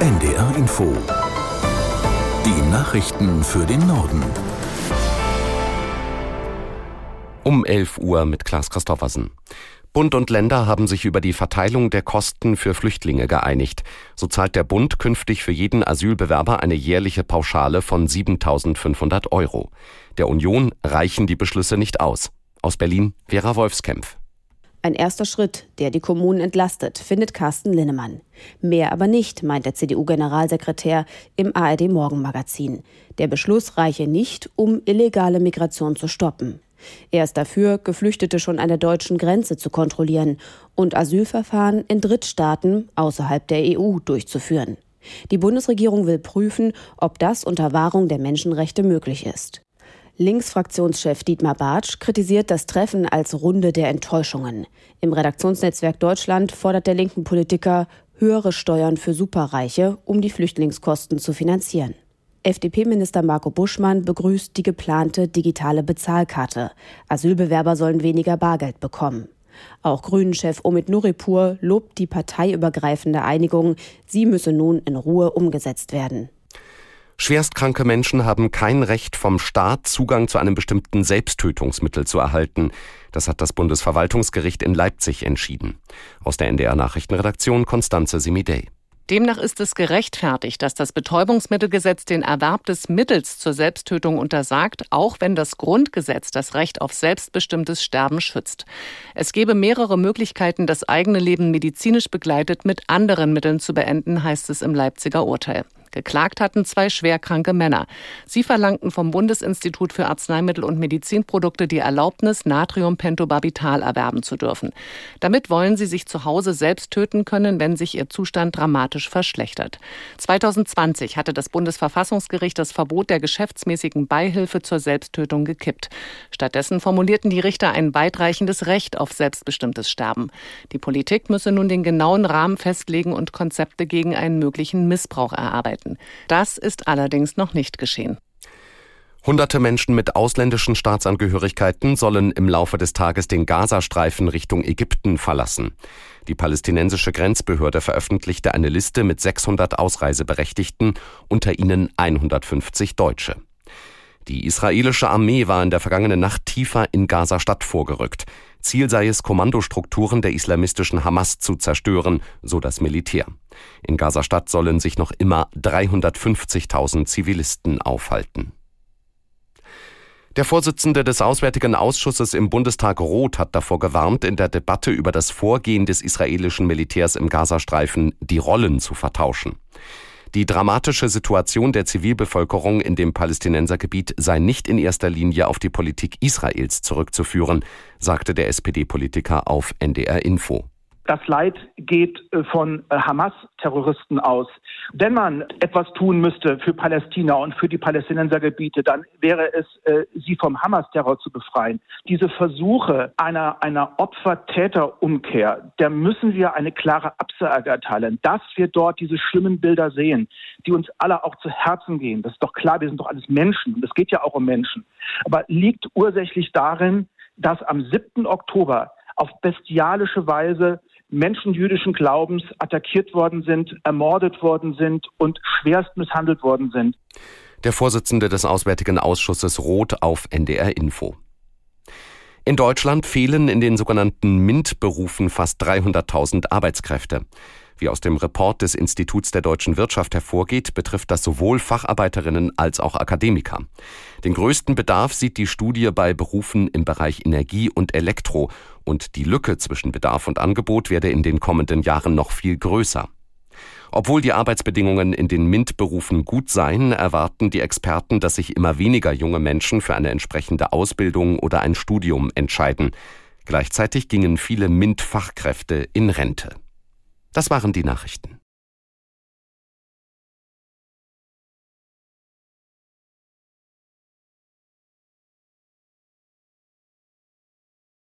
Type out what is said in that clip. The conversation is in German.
NDR Info. Die Nachrichten für den Norden. Um 11 Uhr mit Klaas Christoffersen. Bund und Länder haben sich über die Verteilung der Kosten für Flüchtlinge geeinigt. So zahlt der Bund künftig für jeden Asylbewerber eine jährliche Pauschale von 7.500 €. Der Union reichen die Beschlüsse nicht aus. Aus Berlin, Vera Wolfskämpf. Ein erster Schritt, der die Kommunen entlastet, findet Carsten Linnemann. Mehr aber nicht, meint der CDU-Generalsekretär im ARD-Morgenmagazin. Der Beschluss reiche nicht, um illegale Migration zu stoppen. Er ist dafür, Geflüchtete schon an der deutschen Grenze zu kontrollieren und Asylverfahren in Drittstaaten außerhalb der EU durchzuführen. Die Bundesregierung will prüfen, ob das unter Wahrung der Menschenrechte möglich ist. Linksfraktionschef Dietmar Bartsch kritisiert das Treffen als Runde der Enttäuschungen. Im Redaktionsnetzwerk Deutschland fordert der linken Politiker höhere Steuern für Superreiche, um die Flüchtlingskosten zu finanzieren. FDP-Minister Marco Buschmann begrüßt die geplante digitale Bezahlkarte. Asylbewerber sollen weniger Bargeld bekommen. Auch Grünen-Chef Omid Nuripur lobt die parteiübergreifende Einigung. Sie müsse nun in Ruhe umgesetzt werden. Schwerstkranke Menschen haben kein Recht vom Staat, Zugang zu einem bestimmten Selbsttötungsmittel zu erhalten. Das hat das Bundesverwaltungsgericht in Leipzig entschieden. Aus der NDR-Nachrichtenredaktion Constanze Simidey. Demnach ist es gerechtfertigt, dass das Betäubungsmittelgesetz den Erwerb des Mittels zur Selbsttötung untersagt, auch wenn das Grundgesetz das Recht auf selbstbestimmtes Sterben schützt. Es gebe mehrere Möglichkeiten, das eigene Leben medizinisch begleitet mit anderen Mitteln zu beenden, heißt es im Leipziger Urteil. Geklagt hatten 2 schwerkranke Männer. Sie verlangten vom Bundesinstitut für Arzneimittel und Medizinprodukte die Erlaubnis, Natriumpentobarbital erwerben zu dürfen. Damit wollen sie sich zu Hause selbst töten können, wenn sich ihr Zustand dramatisch verschlechtert. 2020 hatte das Bundesverfassungsgericht das Verbot der geschäftsmäßigen Beihilfe zur Selbsttötung gekippt. Stattdessen formulierten die Richter ein weitreichendes Recht auf selbstbestimmtes Sterben. Die Politik müsse nun den genauen Rahmen festlegen und Konzepte gegen einen möglichen Missbrauch erarbeiten. Das ist allerdings noch nicht geschehen. Hunderte Menschen mit ausländischen Staatsangehörigkeiten sollen im Laufe des Tages den Gazastreifen Richtung Ägypten verlassen. Die palästinensische Grenzbehörde veröffentlichte eine Liste mit 600 Ausreiseberechtigten, unter ihnen 150 Deutsche. Die israelische Armee war in der vergangenen Nacht tiefer in Gaza-Stadt vorgerückt. Ziel sei es, Kommandostrukturen der islamistischen Hamas zu zerstören, so das Militär. In Gaza-Stadt sollen sich noch immer 350.000 Zivilisten aufhalten. Der Vorsitzende des Auswärtigen Ausschusses im Bundestag Roth hat davor gewarnt, in der Debatte über das Vorgehen des israelischen Militärs im Gazastreifen die Rollen zu vertauschen. Die dramatische Situation der Zivilbevölkerung in dem Palästinensergebiet sei nicht in erster Linie auf die Politik Israels zurückzuführen, sagte der SPD-Politiker auf NDR Info. Das Leid geht von Hamas-Terroristen aus. Wenn man etwas tun müsste für Palästina und für die Palästinensergebiete, dann wäre es, sie vom Hamas-Terror zu befreien. Diese Versuche einer Opfer-Täter-Umkehr, der müssen wir eine klare Absage erteilen. Dass wir dort diese schlimmen Bilder sehen, die uns alle auch zu Herzen gehen. Das ist doch klar, wir sind doch alles Menschen. Und es geht ja auch um Menschen. Aber liegt ursächlich darin, dass am 7. Oktober auf bestialische Weise Menschen jüdischen Glaubens attackiert worden sind, ermordet worden sind und schwerst misshandelt worden sind. Der Vorsitzende des Auswärtigen Ausschusses Roth auf NDR Info. In Deutschland fehlen in den sogenannten MINT-Berufen fast 300.000 Arbeitskräfte. Wie aus dem Report des Instituts der deutschen Wirtschaft hervorgeht, betrifft das sowohl Facharbeiterinnen als auch Akademiker. Den größten Bedarf sieht die Studie bei Berufen im Bereich Energie und Elektro, und die Lücke zwischen Bedarf und Angebot werde in den kommenden Jahren noch viel größer. Obwohl die Arbeitsbedingungen in den MINT-Berufen gut seien, erwarten die Experten, dass sich immer weniger junge Menschen für eine entsprechende Ausbildung oder ein Studium entscheiden. Gleichzeitig gingen viele MINT-Fachkräfte in Rente. Das waren die Nachrichten.